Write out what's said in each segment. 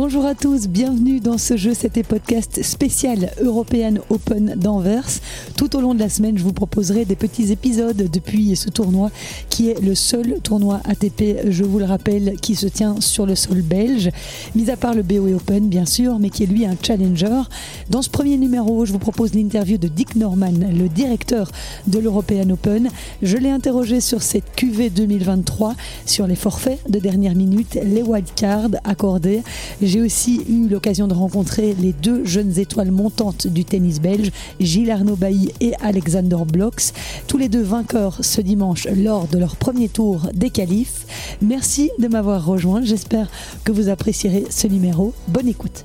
Bonjour à tous, bienvenue dans ce jeu, c'était podcast spécial European Open d'Anvers. Tout au long de la semaine, je vous proposerai des petits épisodes depuis ce tournoi qui est le seul tournoi ATP, je vous le rappelle, qui se tient sur le sol belge, mis à part le BOE Open bien sûr, mais qui est lui un challenger. Dans ce premier numéro, je vous propose l'interview de Dick Norman, le directeur de l'European Open. Je l'ai interrogé sur cette QV 2023, sur les forfaits de dernière minute, les wildcards accordés. J'ai aussi eu l'occasion de rencontrer les deux jeunes étoiles montantes du tennis belge, Gilles Arnaud Bailly et Alexander Blocks, tous les deux vainqueurs ce dimanche lors de leur premier tour des qualifs. Merci de m'avoir rejoint, j'espère que vous apprécierez ce numéro. Bonne écoute.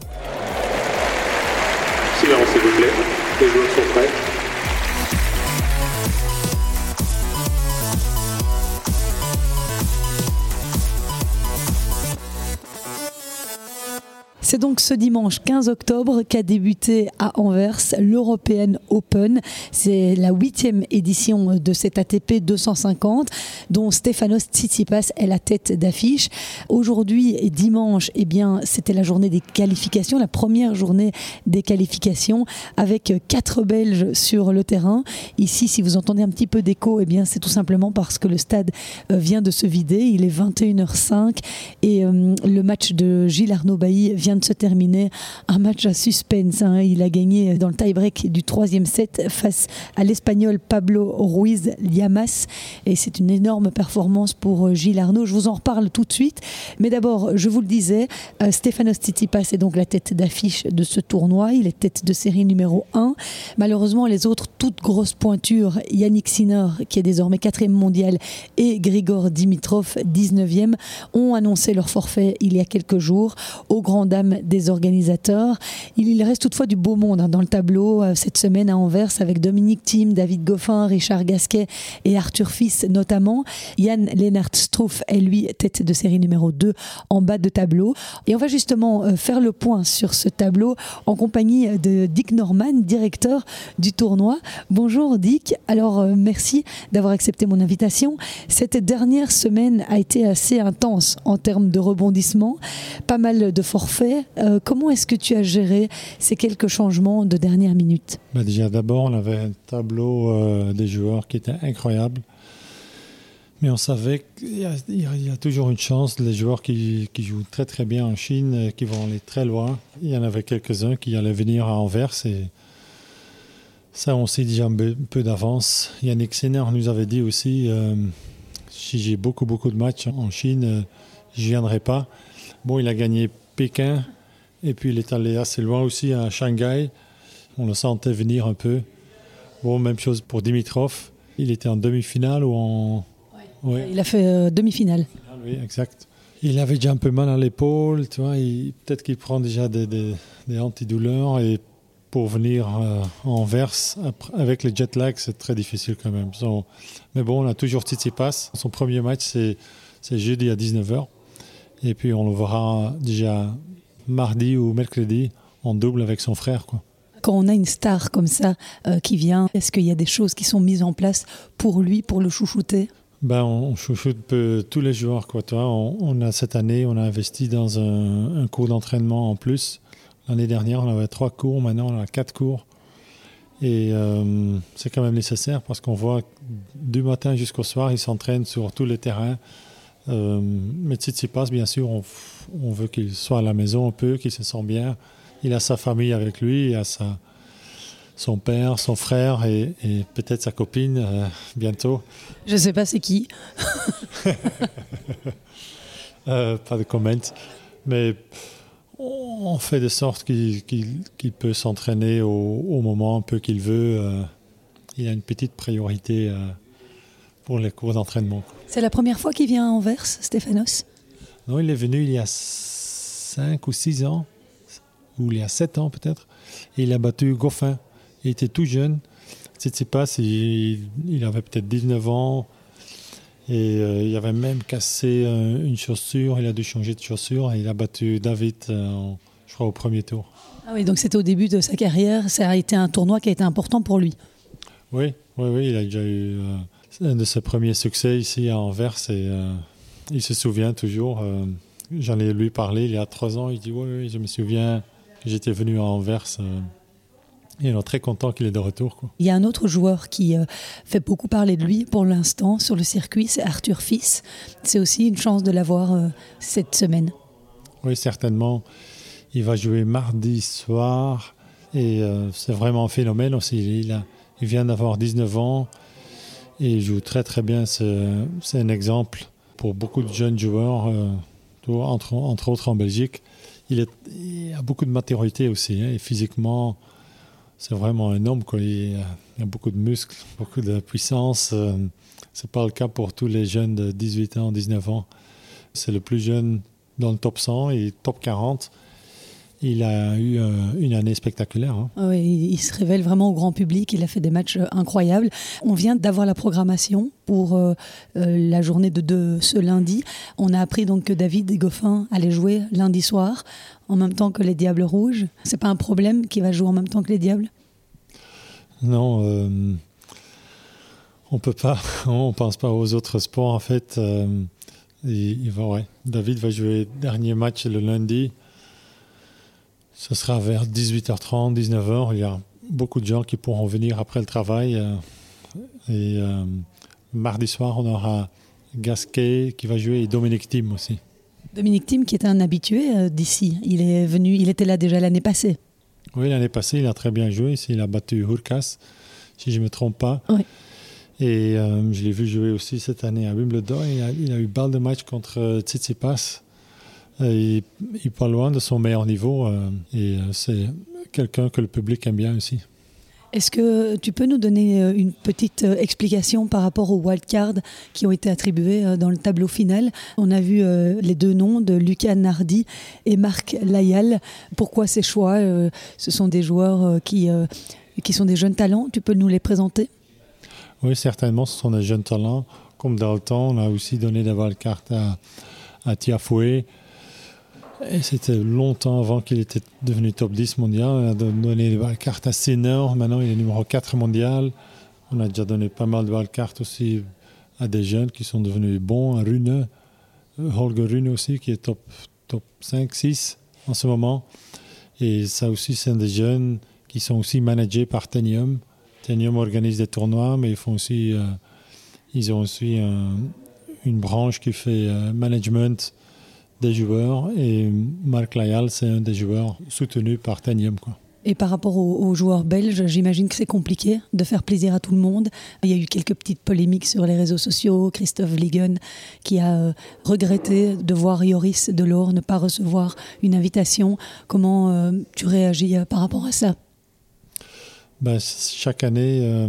Silence s'il vous plaît, les joueurs sont prêts. C'est donc ce dimanche 15 octobre qu'a débuté à Anvers l'European Open. C'est la 8e édition de cette ATP 250 dont Stefanos Tsitsipas est la tête d'affiche. Aujourd'hui et dimanche, c'était la journée des qualifications, la première journée des qualifications avec 4 Belges sur le terrain. Ici, si vous entendez un petit peu d'écho, c'est tout simplement parce que le stade vient de se vider. Il est 21h05 et le match de Gilles Arnaud Bailly vient de se terminer, un match à suspense. Il a gagné dans le tie-break du 3e set face à l'Espagnol Pablo Ruiz Llamas et c'est une énorme performance pour Gilles Arnaud. Je vous en reparle tout de suite, mais d'abord, je vous le disais, Stefanos Tsitsipas est donc la tête d'affiche de ce tournoi. Il est tête de série numéro 1. Malheureusement, les autres toutes grosses pointures, Yannick Sinner qui est désormais 4e mondial et Grigor Dimitrov 19e, ont annoncé leur forfait il y a quelques jours aux grandes dames des organisateurs. Il reste toutefois du beau monde dans le tableau cette semaine à Anvers avec Dominic Thiem, David Goffin, Richard Gasquet et Arthur Fils notamment. Jan-Lennart Struff est lui tête de série numéro 2 en bas de tableau. Et on va justement faire le point sur ce tableau en compagnie de Dick Norman, directeur du tournoi. Bonjour Dick, alors merci d'avoir accepté mon invitation. Cette dernière semaine a été assez intense en termes de rebondissement, pas mal de forfaits. Comment est-ce que tu as géré ces quelques changements de dernière minute ? Déjà d'abord, on avait un tableau des joueurs qui était incroyable. Mais on savait qu'il y a toujours une chance, les joueurs qui jouent très très bien en Chine, qui vont aller très loin. Il y en avait quelques-uns qui allaient venir à Anvers et ça, on sait déjà un peu d'avance. Yannick Sinner nous avait dit aussi, si j'ai beaucoup de matchs en Chine, je ne viendrai pas. Bon, il a gagné Pékin et puis il est allé assez loin aussi à Shanghai. On le sentait venir un peu. Bon, même chose pour Dimitrov. Il était en demi-finale ou en... Ouais. Il a fait demi-finale. Oui, exact. Il avait déjà un peu mal à l'épaule, tu vois. Peut-être qu'il prend déjà des antidouleurs et pour venir à Anvers avec les jet lag, c'est très difficile quand même. Mais bon, on a toujours Tsitsipas. Son premier match, c'est jeudi à 19h. Et puis on le verra déjà mardi ou mercredi en double avec son frère, quoi. Quand on a une star comme ça qui vient, est-ce qu'il y a des choses qui sont mises en place pour lui, pour le chouchouter ? On chouchoute un peu tous les joueurs, quoi. Cette année, on a investi dans un cours d'entraînement en plus. L'année dernière, on avait 3 cours, maintenant on a 4 cours. Et c'est quand même nécessaire parce qu'on voit du matin jusqu'au soir, ils s'entraînent sur tous les terrains. Mais Tsitsipas, bien sûr, on veut qu'il soit à la maison un peu, qu'il se sent bien. Il a sa famille avec lui, il a son père, son frère et peut-être sa copine bientôt. Je ne sais pas c'est qui. Pas de comment. Mais on fait de sorte qu'il peut s'entraîner au moment un peu qu'il veut. Il a une petite priorité pour les cours d'entraînement. C'est la première fois qu'il vient à Anvers, Stefanos ? Non, il est venu il y a 5 ou 6 ans, ou il y a 7 ans peut-être, et il a battu Goffin. Il était tout jeune. Tsitsipas, il avait peut-être 19 ans, et il avait même cassé une chaussure, il a dû changer de chaussure, et il a battu David, je crois, au premier tour. Ah oui, donc c'était au début de sa carrière, ça a été un tournoi qui a été important pour lui. Oui, il a déjà eu un de ses premiers succès ici à Anvers et il se souvient toujours. J'en ai lui parlé il y a 3 ans. Il dit oui, je me souviens que j'étais venu à Anvers. Et on est très content qu'il est de retour, quoi. Il y a un autre joueur qui fait beaucoup parler de lui pour l'instant sur le circuit, c'est Arthur Fils. C'est aussi une chance de l'avoir cette semaine. Oui, certainement. Il va jouer mardi soir et c'est vraiment un phénomène aussi. Il vient d'avoir 19 ans et il joue très très bien. C'est un exemple pour beaucoup de jeunes joueurs, entre autres en Belgique. Il a beaucoup de maturité aussi, hein, et physiquement, c'est vraiment un homme, quoi. Il a beaucoup de muscles, beaucoup de puissance. Ce n'est pas le cas pour tous les jeunes de 18 ans, 19 ans. C'est le plus jeune dans le top 100 et top 40. Il a eu une année spectaculaire, hein. Oui, il se révèle vraiment au grand public. Il a fait des matchs incroyables. On vient d'avoir la programmation pour la journée de ce lundi. On a appris donc que David Goffin allait jouer lundi soir en même temps que les Diables Rouges. C'est pas un problème qu'il va jouer en même temps que les Diables? Non, on peut pas. On pense pas aux autres sports en fait. David va jouer dernier match le lundi. Ce sera vers 18h30, 19h. Il y a beaucoup de gens qui pourront venir après le travail. Mardi soir, on aura Gasquet qui va jouer et Dominic Thiem aussi. Dominic Thiem qui est un habitué d'ici. Il était là déjà l'année passée. Oui, l'année passée, il a très bien joué. Il a battu Hurkacz, si je ne me trompe pas. Oui. Et je l'ai vu jouer aussi cette année à Wimbledon. Il a eu balle de match contre Tsitsipas. Il n'est pas loin de son meilleur niveau. C'est quelqu'un que le public aime bien aussi. Est-ce que tu peux nous donner une petite explication par rapport aux wildcards qui ont été attribués dans le tableau final? On a vu les deux noms de Lucas Nardi et Marc Layal. Pourquoi ces choix? Ce sont des joueurs qui sont des jeunes talents. Tu peux nous les présenter? Oui, certainement, ce sont des jeunes talents. Comme dans le temps, on a aussi donné des wildcards à Tiafoe. Et c'était longtemps avant qu'il était devenu top 10 mondial. On a donné des wildcards à Sinner. Maintenant, il est numéro 4 mondial. On a déjà donné pas mal de wildcards aussi à des jeunes qui sont devenus bons. À Rune, Holger Rune aussi, qui est top 5, 6 en ce moment. Et ça aussi, c'est des jeunes qui sont aussi managés par Tenium. Tenium organise des tournois, mais ils ont aussi une branche qui fait management des joueurs. Et Marc Layal, c'est un des joueurs soutenus par Tenium, quoi. Et par rapport aux joueurs belges, j'imagine que c'est compliqué de faire plaisir à tout le monde. Il y a eu quelques petites polémiques sur les réseaux sociaux. Christophe Ligon qui a regretté de voir Joris Delors ne pas recevoir une invitation. Comment tu réagis par rapport à ça? Chaque année,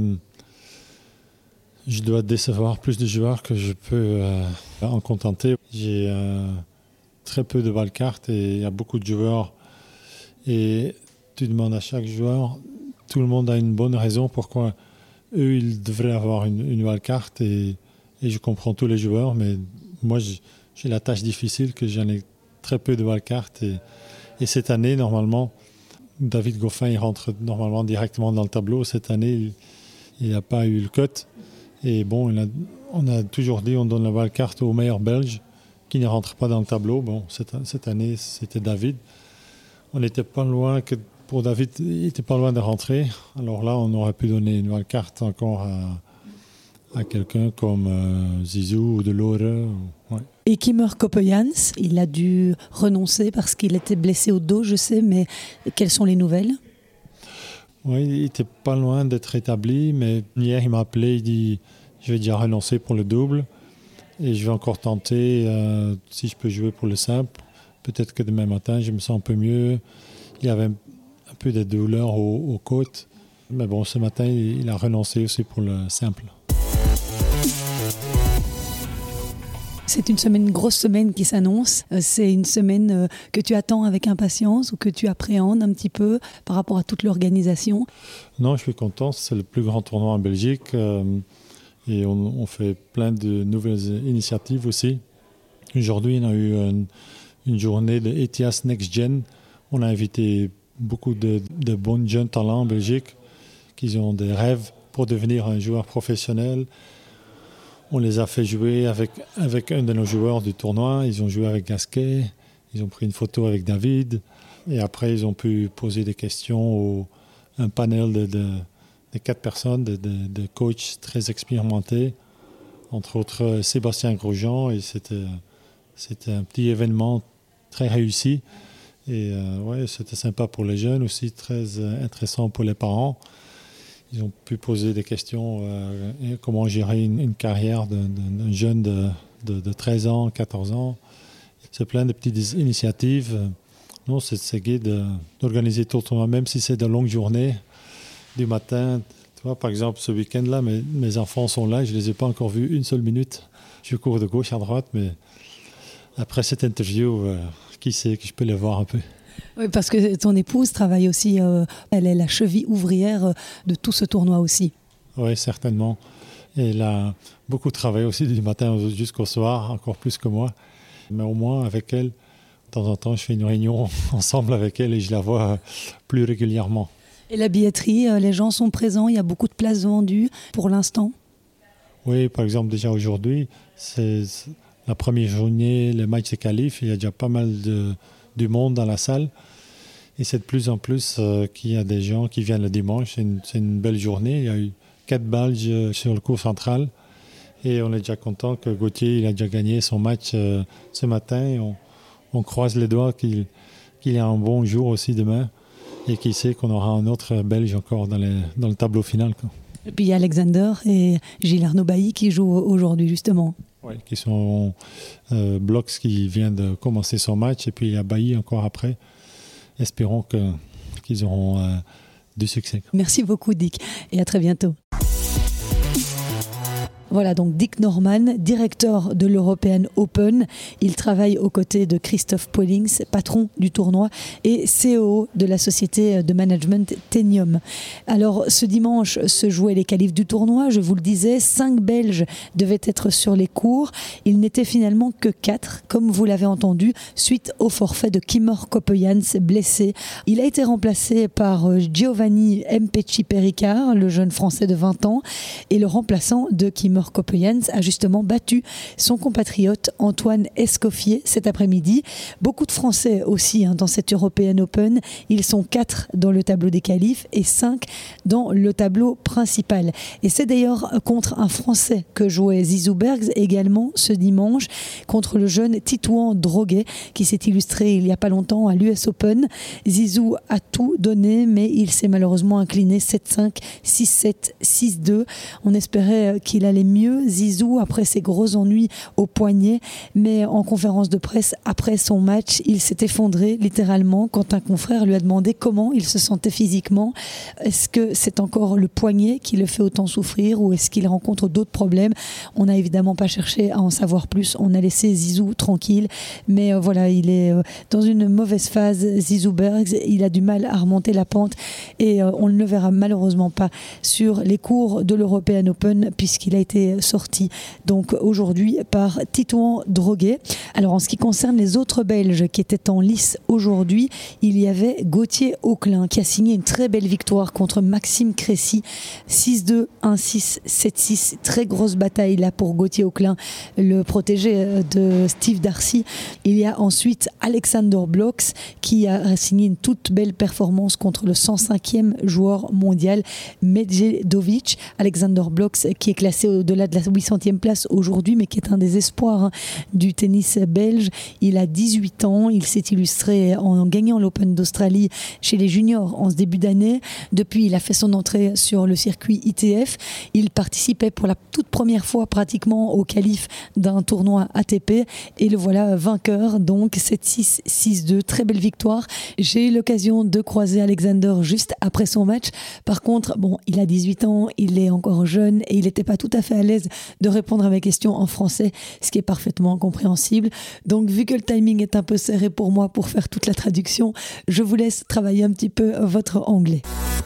je dois décevoir plus de joueurs que je peux en contenter. J'ai très peu de wildcards et il y a beaucoup de joueurs. Et tu demandes à chaque joueur, tout le monde a une bonne raison pourquoi eux, ils devraient avoir une wildcard. Et je comprends tous les joueurs, mais moi, j'ai la tâche difficile que j'en ai très peu de wildcards. Et cette année, normalement, David Goffin, il rentre normalement directement dans le tableau. Cette année, il n'a pas eu le cut. Et bon, on a toujours dit on donne la wildcard aux meilleurs Belges qui ne rentrent pas dans le tableau. Bon, cette année, c'était David. On n'était pas loin que pour David, il n'était pas loin de rentrer. Alors là, on aurait pu donner une wildcard encore à quelqu'un comme Zizou ou Delors. Ouais. Et Kimmer Coppejans, il a dû renoncer parce qu'il était blessé au dos, je sais, mais quelles sont les nouvelles? Oui, il n'était pas loin d'être établi, mais hier, il m'a appelé, il dit « Je vais déjà renoncer pour le double et je vais encore tenter si je peux jouer pour le simple. Peut-être que demain matin, je me sens un peu mieux. » Il y avait un peu de douleur aux côtes. Mais bon, ce matin, il a renoncé aussi pour le simple. C'est une grosse semaine qui s'annonce. C'est une semaine que tu attends avec impatience ou que tu appréhendes un petit peu par rapport à toute l'organisation? Non, je suis content. C'est le plus grand tournoi en Belgique. Et on fait plein de nouvelles initiatives aussi. Aujourd'hui, on a eu une journée de ETIAS Next Gen. On a invité beaucoup de bons jeunes talents en Belgique qui ont des rêves pour devenir un joueur professionnel. On les a fait jouer avec un de nos joueurs du tournoi. Ils ont joué avec Gasquet. Ils ont pris une photo avec David. Et après, ils ont pu poser des questions à un panel de 4 personnes, de coachs très expérimentés. Entre autres, Sébastien Grosjean. Et c'était un petit événement très réussi. Et c'était sympa pour les jeunes aussi, très intéressant pour les parents. Ils ont pu poser des questions, comment gérer une carrière d'un jeune de 13 ans, 14 ans. C'est plein de petites initiatives. Non, c'est gai d'organiser tout le temps, même si c'est de longues journées du matin. Tu vois, par exemple, ce week-end-là, mes enfants sont là, je ne les ai pas encore vus une seule minute. Je cours de gauche à droite, mais après cette interview, qui sait que je peux les voir un peu. Oui, parce que ton épouse travaille aussi, elle est la cheville ouvrière de tout ce tournoi aussi. Oui, certainement. Et elle a beaucoup travaillé aussi du matin jusqu'au soir, encore plus que moi. Mais au moins, avec elle, de temps en temps, je fais une réunion ensemble avec elle et je la vois plus régulièrement. Et la billetterie, les gens sont présents, il y a beaucoup de places vendues pour l'instant? Oui, par exemple, déjà aujourd'hui, c'est la première journée, le match de qualif, il y a déjà pas mal du monde dans la salle. Et c'est de plus en plus qu'il y a des gens qui viennent le dimanche. C'est une belle journée. Il y a eu 4 Belges sur le court central. Et on est déjà content que Gauthier il a déjà gagné son match ce matin. Et on croise les doigts qu'il ait un bon jour aussi demain. Et qui sait qu'on aura un autre Belge encore dans le tableau final, quoi. Et puis il y a Alexander et Gilles Arnaud-Bailly qui jouent aujourd'hui justement. Oui, qui sont Blox qui vient de commencer son match. Et puis il y a Bailly encore après. Espérons qu'ils auront du succès. Merci beaucoup Dick et à très bientôt. Voilà donc Dick Norman, directeur de l'European Open. Il travaille aux côtés de Christophe Pollings, patron du tournoi et CEO de la société de management Tenium. Alors ce dimanche se jouaient les qualifs du tournoi, je vous le disais, 5 Belges devaient être sur les cours. Il n'était finalement que 4, comme vous l'avez entendu, suite au forfait de Kimor Coppejans, blessé. Il a été remplacé par Giovanni Mpetshi-Perricard, le jeune français de 20 ans, et le remplaçant de Kimor Coppejans a justement battu son compatriote Antoine Escoffier cet après-midi. Beaucoup de Français aussi dans cette European Open. Ils sont 4 dans le tableau des qualifs et 5 dans le tableau principal. Et c'est d'ailleurs contre un Français que jouait Zizou Bergs également ce dimanche, contre le jeune Titouan Droguet qui s'est illustré il n'y a pas longtemps à l'US Open. Zizou a tout donné, mais il s'est malheureusement incliné 7-5, 6-7, 6-2. On espérait qu'il allait mieux, Zizou, après ses gros ennuis au poignet, mais en conférence de presse après son match, il s'est effondré littéralement quand un confrère lui a demandé comment il se sentait physiquement. Est-ce que c'est encore le poignet qui le fait autant souffrir ou est-ce qu'il rencontre d'autres problèmes? On n'a évidemment pas cherché à en savoir plus, on a laissé Zizou tranquille, mais voilà, il est dans une mauvaise phase, Zizou Bergs, il a du mal à remonter la pente et on ne le verra malheureusement pas sur les cours de l'European Open puisqu'il a été sorti donc aujourd'hui par Titouan Droguet. Alors en ce qui concerne les autres Belges qui étaient en lice aujourd'hui, il y avait Gauthier Auclin qui a signé une très belle victoire contre Maxime Cressy, 6-2, 1-6, 7-6, très grosse bataille là pour Gauthier Auclin, le protégé de Steve Darcy. Il y a ensuite Alexander Blox qui a signé une toute belle performance contre le 105e joueur mondial Medjedovic. Alexander Blox qui est classé au-delà de la 800e place aujourd'hui, mais qui est un des espoirs du tennis belge. Il a 18 ans, il s'est illustré en gagnant l'Open d'Australie chez les juniors en ce début d'année. Depuis, il a fait son entrée sur le circuit ITF. Il participait pour la toute première fois pratiquement au qualif d'un tournoi ATP et le voilà vainqueur, donc 7-6, 6-2, très belle victoire. J'ai eu l'occasion de croiser Alexander juste après son match. Par contre, bon, il a 18 ans, il est encore jeune et il n'était pas tout à fait à l'aise de répondre à mes questions en français, ce qui est parfaitement compréhensible. Donc, vu que le timing est un peu serré pour moi pour faire toute la traduction, je vous laisse travailler un petit peu votre anglais.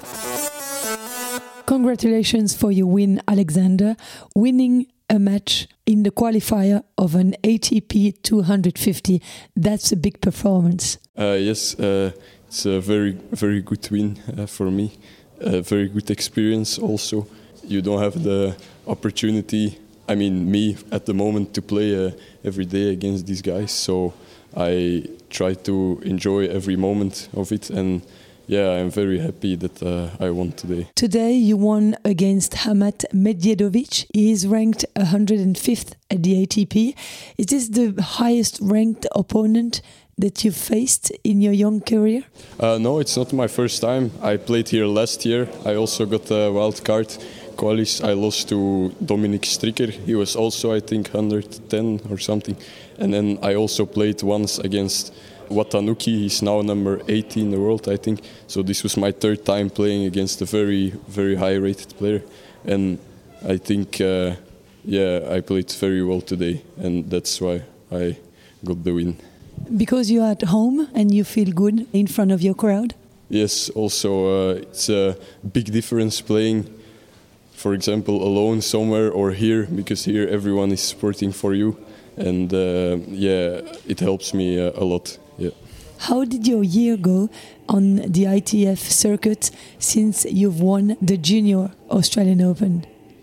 Congratulations for your win, Alexander. Winning a match in the qualifier of an ATP 250. That's a big performance. Yes, it's a very, very good win for me. A very good experience also. You don't have the opportunity I mean, me at the moment to play every day against these guys. So I try to enjoy every moment of it, and yeah, I'm very happy that I won today. Today you won against Hamad Medjedovic. He is ranked 105th at the ATP. Is this the highest ranked opponent that you've faced in your young career? No, it's not my first time. I played here last year. I also got a wild card. Qualis, I lost to Dominic Stricker. He was also, I think, 110 or something. And then I also played once against Watanuki. He's now number 80 in the world, I think. So this was my third time playing against a very, very high-rated player. And I think, I played very well today. And that's why I got the win. Because you're at home and you feel good in front of your crowd? Yes, also it's a big difference playing, for example, alone somewhere or here, because here everyone is supporting for you. And it helps me a lot. Yeah. How did your year go on the ITF circuit since you've won the Junior Australian Open?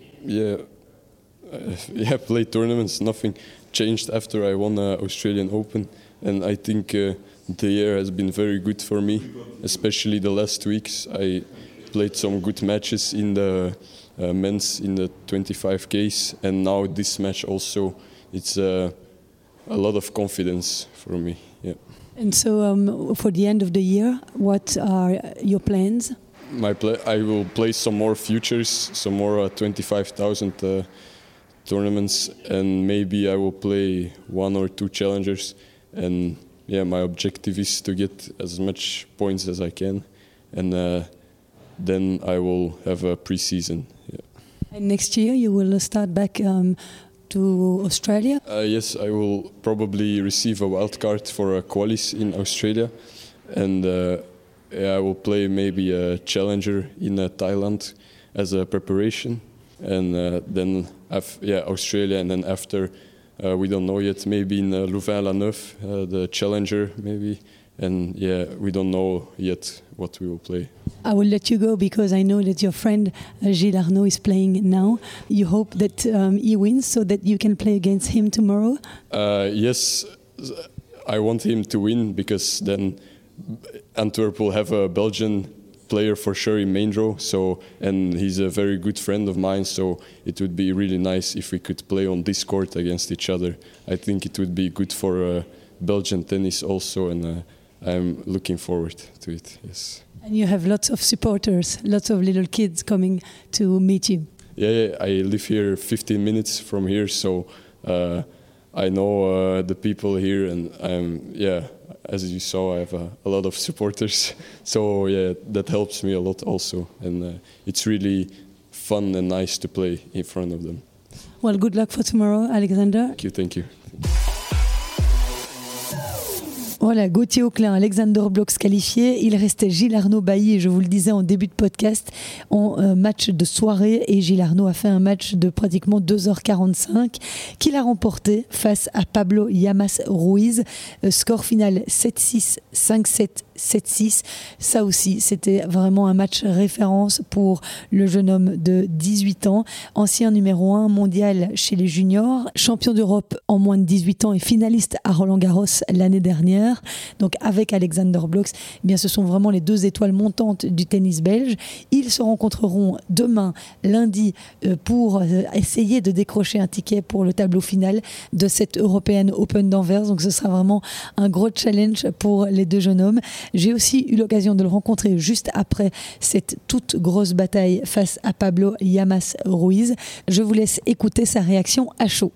Played tournaments. Nothing changed after I won Australian Open. And I think the year has been very good for me, especially the last weeks. I played some good matches in the men's in the 25Ks, and now this match also. It's a lot of confidence for me. Yeah. And so for the end of the year, what are your plans? I will play some more futures, some more 25,000 tournaments, and maybe I will play 1 or 2 challengers. And my objective is to get as much points as I can, and then I will have a pre-season. Yeah. And next year you will start back to Australia? Yes, I will probably receive a wild card for a qualis in Australia, and I will play maybe a challenger in Thailand as a preparation, and then Australia, and then after we don't know yet, maybe in Louvain-la-Neuve, the challenger maybe, and we don't know yet what we will play. I will let you go because I know that your friend Gilles Arnaud is playing now. You hope that he wins so that you can play against him tomorrow? Yes, I want him to win because then Antwerp will have a Belgian player for sure in main draw. So, and he's a very good friend of mine, so it would be really nice if we could play on this court against each other. I think it would be good for Belgian tennis also, and I'm looking forward to it. Yes. And you have lots of supporters, lots of little kids coming to meet you. Yeah, I live here 15 minutes from here, so I know the people here, and as you saw, I have a lot of supporters. So that helps me a lot also, and it's really fun and nice to play in front of them. Well, good luck for tomorrow, Alexander. Thank you. Voilà, Gauthier Auclin, Alexander Blokh qualifié. Il restait Gilles Arnaud Bailly, je vous le disais en début de podcast, en match de soirée. Et Gilles Arnaud a fait un match de pratiquement 2h45 qu'il a remporté face à Pablo Llamas Ruiz. Score final 7-6, 5-7, 7-6. Ça aussi, c'était vraiment un match référence pour le jeune homme de 18 ans. Ancien numéro 1 mondial chez les juniors, champion d'Europe en moins de 18 ans et finaliste à Roland-Garros l'année dernière. Donc avec Alexander Blokh, eh bien ce sont vraiment les 2 étoiles montantes du tennis belge. Ils se rencontreront demain, lundi, pour essayer de décrocher un ticket pour le tableau final de cette European Open d'Anvers. Donc ce sera vraiment un gros challenge pour les 2 jeunes hommes. J'ai aussi eu l'occasion de le rencontrer juste après cette toute grosse bataille face à Pablo Llamas Ruiz. Je vous laisse écouter sa réaction à chaud.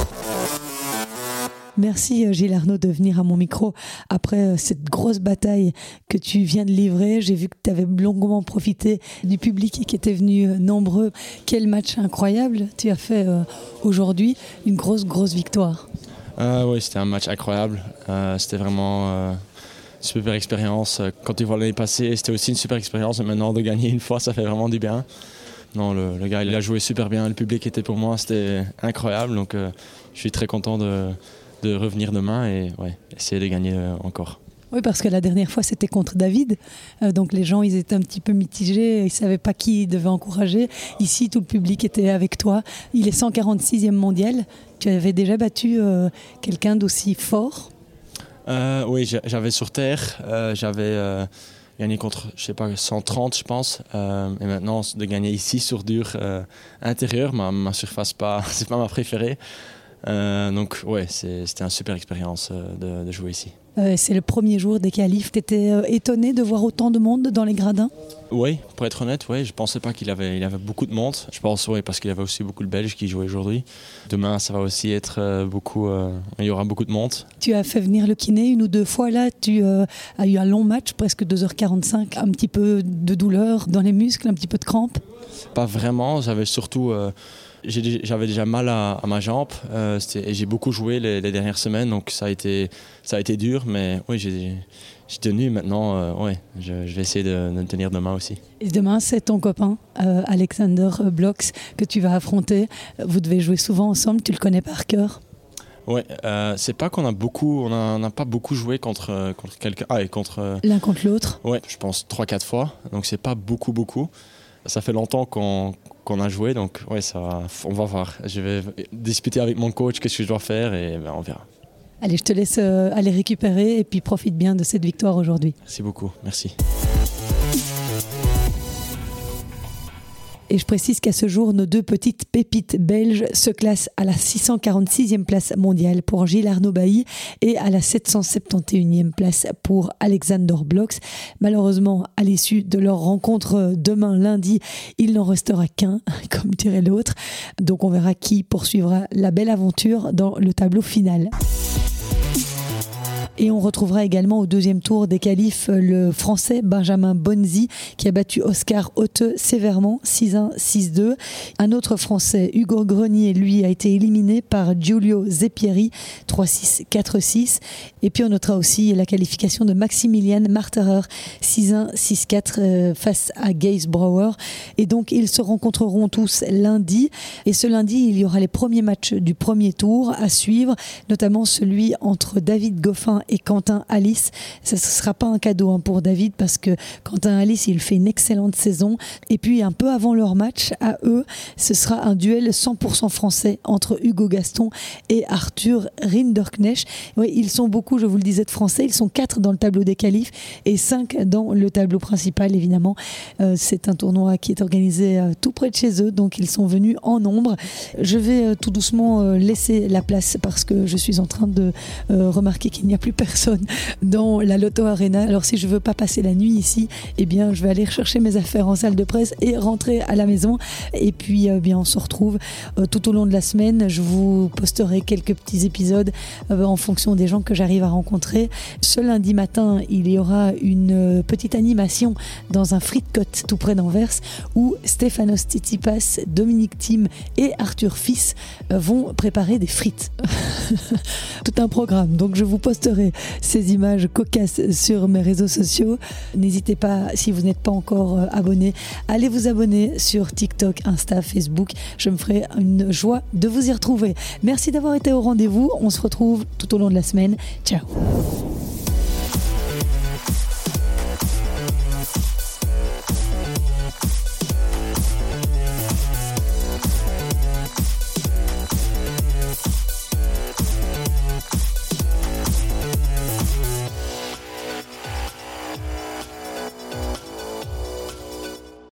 Merci Gilles Arnaud de venir à mon micro après cette grosse bataille que tu viens de livrer. J'ai vu que tu avais longuement profité du public qui était venu nombreux. Quel match incroyable tu as fait aujourd'hui, une grosse victoire. Oui, c'était un match incroyable. C'était vraiment une super expérience. Quand tu vois l'année passée, c'était aussi une super expérience. Et maintenant, de gagner une fois, ça fait vraiment du bien. Non, le gars, il a joué super bien. Le public était pour moi, c'était incroyable. Donc, je suis très content de revenir demain et essayer de gagner encore. Oui, parce que la dernière fois, c'était contre David. Donc les gens, ils étaient un petit peu mitigés. Ils ne savaient pas qui ils devaient encourager. Ici, tout le public était avec toi. Il est 146e mondial. Tu avais déjà battu quelqu'un d'aussi fort? Oui, j'avais sur terre. J'avais gagné contre, je sais pas, 130, je pense. Et maintenant, de gagner ici sur dur intérieur, ma surface, c'est pas ma préférée. Donc ouais, c'était une super expérience de jouer ici. C'est le premier jour des qualifs. Tu étais étonné de voir autant de monde dans les gradins? Oui, pour être honnête, ouais, je ne pensais pas qu'il avait beaucoup de monde. Je pense, oui, parce qu'il y avait aussi beaucoup de Belges qui jouaient aujourd'hui. Demain, ça va aussi être beaucoup... il y aura beaucoup de monde. Tu as fait venir le kiné 1 ou 2 fois là. Tu as eu un long match, presque 2h45. Un petit peu de douleur dans les muscles, un petit peu de crampes? Pas vraiment, j'avais surtout... J'avais déjà mal à ma jambe et j'ai beaucoup joué les dernières semaines, donc ça a été dur, mais oui, j'ai tenu maintenant. Ouais, je vais essayer de tenir demain aussi. Et demain, c'est ton copain, Alexander Bloks, que tu vas affronter. Vous devez jouer souvent ensemble, tu le connais par cœur? Oui, c'est pas qu'on n'a pas beaucoup joué contre quelqu'un. Ah, et contre... L'un contre l'autre? Oui, je pense 3-4 fois, donc c'est pas beaucoup. Ça fait longtemps qu'on a joué, donc ouais, on va voir. Je vais discuter avec mon coach qu'est-ce que je dois faire et on verra. Allez, je te laisse aller récupérer et puis profite bien de cette victoire aujourd'hui. Merci beaucoup, merci. Et je précise qu'à ce jour, nos 2 petites pépites belges se classent à la 646e place mondiale pour Gilles Arnaud Bailly et à la 771e place pour Alexander Bloks. Malheureusement, à l'issue de leur rencontre demain lundi, il n'en restera qu'un, comme dirait l'autre. Donc on verra qui poursuivra la belle aventure dans le tableau final. Et on retrouvera également au 2e tour des qualifs le Français Benjamin Bonzi qui a battu Oscar Otte sévèrement 6-1, 6-2. Un autre Français, Hugo Grenier, lui a été éliminé par Giulio Zeppieri 3-6, 4-6. Et puis on notera aussi la qualification de Maximilian Marterer 6-1, 6-4 face à Gijs Brouwer. Et donc ils se rencontreront tous lundi. Et ce lundi, il y aura les premiers matchs du premier tour à suivre, notamment celui entre David Goffin et Quentin Alice. Ça ne sera pas un cadeau pour David parce que Quentin Alice, il fait une excellente saison. Et puis un peu avant leur match, à eux, ce sera un duel 100% français entre Hugo Gaston et Arthur Rinderknecht. Oui, ils sont beaucoup, je vous le disais, de Français. Ils sont 4 dans le tableau des qualifs et 5 dans le tableau principal, évidemment. C'est un tournoi qui est organisé tout près de chez eux, donc ils sont venus en nombre. Je vais tout doucement laisser la place parce que je suis en train de remarquer qu'il n'y a plus personne dans la Lotto Arena. Alors si je veux pas passer la nuit ici, eh bien je vais aller chercher mes affaires en salle de presse et rentrer à la maison. Et puis bien on se retrouve tout au long de la semaine. Je vous posterai quelques petits épisodes en fonction des gens que j'arrive à rencontrer. Ce lundi matin, il y aura une petite animation dans un Frites Côte tout près d'Anvers où Stefanos Tsitsipas, Dominic Thiem et Arthur Fils vont préparer des frites. Tout un programme. Donc je vous posterai ces images cocasses sur mes réseaux sociaux. N'hésitez pas, si vous n'êtes pas encore abonné, allez vous abonner sur TikTok, Insta, Facebook. Je me ferai une joie de vous y retrouver. Merci d'avoir été au rendez-vous. On se retrouve tout au long de la semaine. Ciao.